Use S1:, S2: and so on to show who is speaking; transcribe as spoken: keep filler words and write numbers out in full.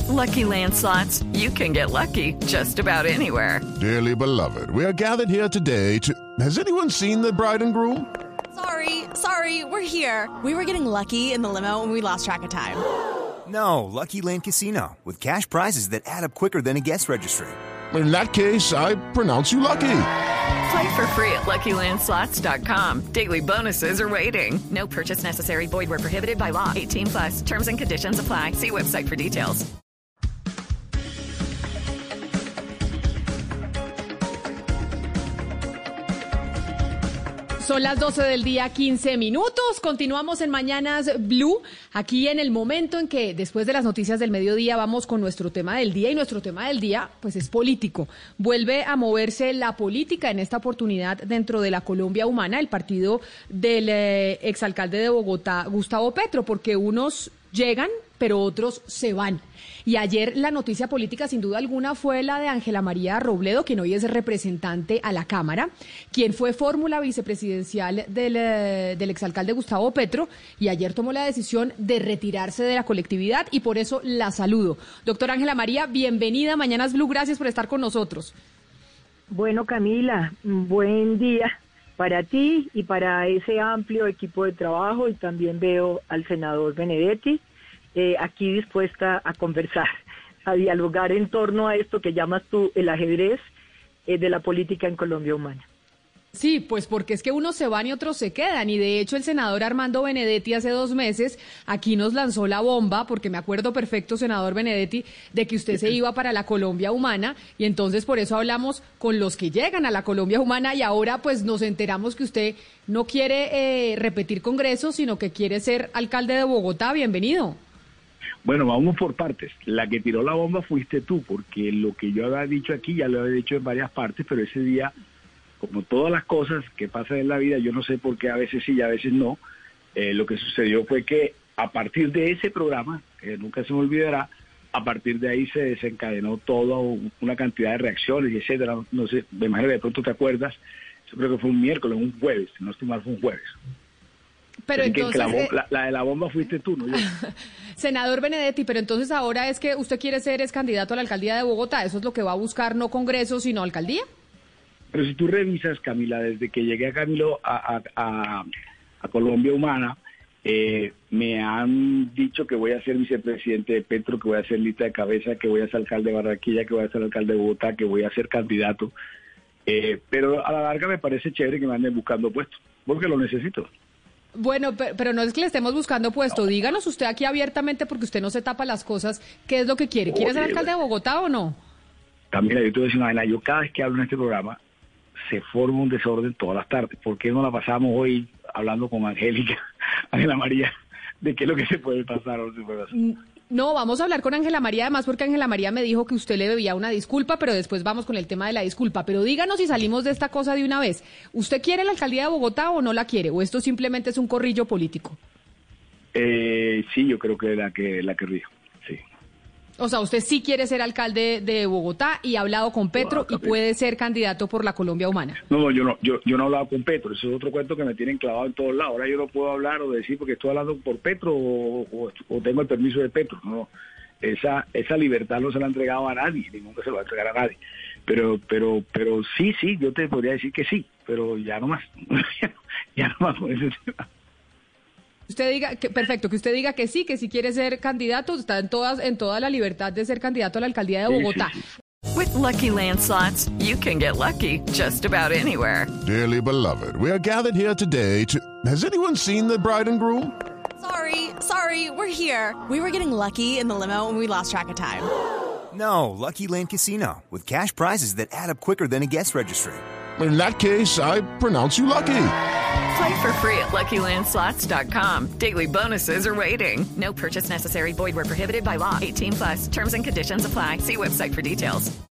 S1: Lucky Land Slots, you can get lucky just about anywhere.
S2: Dearly beloved, we are gathered here today to... Has anyone seen the bride and groom?
S3: Sorry, sorry, we're here. We were getting lucky in the limo and we lost track of time.
S4: No, Lucky Land Casino, with cash prizes that add up quicker than a guest registry.
S2: In that case, I pronounce you lucky.
S1: Play for free at Lucky Land Slots dot com. Daily bonuses are waiting. No purchase necessary. Void where prohibited by law. eighteen plus. Terms and conditions apply. See website for details.
S5: Son las doce del día, quince minutos. Continuamos en Mañanas Blue, aquí en el momento en que, después de las noticias del mediodía, vamos con nuestro tema del día. Y nuestro tema del día, pues, es político. Vuelve a moverse la política en esta oportunidad dentro de la Colombia Humana, el partido del eh, exalcalde de Bogotá, Gustavo Petro, porque unos llegan, pero otros se van. Y ayer la noticia política, sin duda alguna, fue la de Ángela María Robledo, quien hoy es representante a la Cámara, quien fue fórmula vicepresidencial del, eh, del exalcalde Gustavo Petro, y ayer tomó la decisión de retirarse de la colectividad, y por eso la saludo. Doctora Ángela María, bienvenida a Mañanas Blue, gracias por estar con nosotros.
S6: Bueno, Camila, buen día para ti y para ese amplio equipo de trabajo, y también veo al senador Benedetti eh, aquí dispuesta a conversar, a dialogar en torno a esto que llamas tú el ajedrez eh, de la política en Colombia Humana.
S5: Sí, pues porque es que unos se van y otros se quedan, y de hecho el senador Armando Benedetti hace dos meses aquí nos lanzó la bomba, porque me acuerdo perfecto, senador Benedetti, de que usted se iba para la Colombia Humana, y entonces por eso hablamos con los que llegan a la Colombia Humana, y ahora pues nos enteramos que usted no quiere eh, repetir congreso, sino que quiere ser alcalde de Bogotá. Bienvenido.
S7: Bueno, vamos por partes. La que tiró la bomba fuiste tú, porque lo que yo había dicho aquí ya lo había dicho en varias partes, pero ese día, como todas las cosas que pasan en la vida, yo no sé por qué a veces sí y a veces no, eh, lo que sucedió fue que a partir de ese programa, que nunca se me olvidará, a partir de ahí se desencadenó toda una cantidad de reacciones y etcétera. No sé, me imagino que de pronto te acuerdas, yo creo que fue un miércoles, un jueves, si no estoy mal, fue un jueves.
S5: Pero
S7: Así
S5: entonces,
S7: que la,
S5: eh,
S7: la, la de la bomba fuiste tú, ¿no? Yo.
S5: Senador Benedetti, pero entonces ahora es que usted quiere ser es candidato a la alcaldía de Bogotá, ¿eso es lo que va a buscar, no congreso, sino alcaldía?
S7: Pero si tú revisas, Camila, desde que llegué a Camilo a, a, a, a Colombia Humana, eh, me han dicho que voy a ser vicepresidente de Petro, que voy a ser lista de cabeza, que voy a ser alcalde de Barranquilla, que voy a ser alcalde de Bogotá, que voy a ser candidato. Eh, pero a la larga me parece chévere que me anden buscando puestos, porque lo necesito.
S5: Bueno, pero no es que le estemos buscando puesto. Díganos usted aquí abiertamente, porque usted no se tapa las cosas, ¿qué es lo que quiere? ¿Quiere ser alcalde de Bogotá o no?
S7: Camila, yo te voy a decir una vaina. Yo cada vez que hablo en este programa se forma un desorden todas las tardes. ¿Por qué no la pasamos hoy hablando con Angélica, Ángela María, de qué es lo que se puede pasar o no se puede pasar?
S5: No, vamos a hablar con Ángela María, además porque Ángela María me dijo que usted le debía una disculpa, pero después vamos con el tema de la disculpa. Pero díganos si salimos de esta cosa de una vez. ¿Usted quiere la alcaldía de Bogotá o no la quiere? ¿O esto simplemente es un corrillo político?
S7: Eh, sí, yo creo que la que la querría, sí.
S5: O sea, usted sí quiere ser alcalde de Bogotá y ha hablado con Petro y puede ser candidato por la Colombia Humana.
S7: No, no, yo no, yo, yo no he hablado con Petro, eso es otro cuento que me tienen clavado en todos lados. Ahora yo no puedo hablar o decir porque estoy hablando por Petro o, o, o tengo el permiso de Petro. No, esa esa libertad no se la ha entregado a nadie, ni nunca se lo va a entregar a nadie. Pero, pero, pero sí, sí, yo te podría decir que sí, pero ya no más, ya no más con ese tema.
S5: Usted diga que perfecto, que usted diga que sí, que si quiere ser candidato, está en todas en toda la libertad de ser candidato a la alcaldía de Bogotá.
S7: Sí, sí, sí.
S1: With Lucky Land Slots, you can get lucky just about anywhere.
S2: Dearly beloved, we are gathered here today to... Has anyone seen the bride and groom?
S3: Sorry, sorry, we're here. We were getting lucky in the limo and we lost track of time.
S4: No, Lucky Land Casino, with cash prizes that add up quicker than a guest registry.
S2: In that case, I pronounce you lucky.
S1: Play for free at Lucky Land Slots dot com. Daily bonuses are waiting. No purchase necessary. Void where prohibited by law. eighteen plus. Terms and conditions apply. See website for details.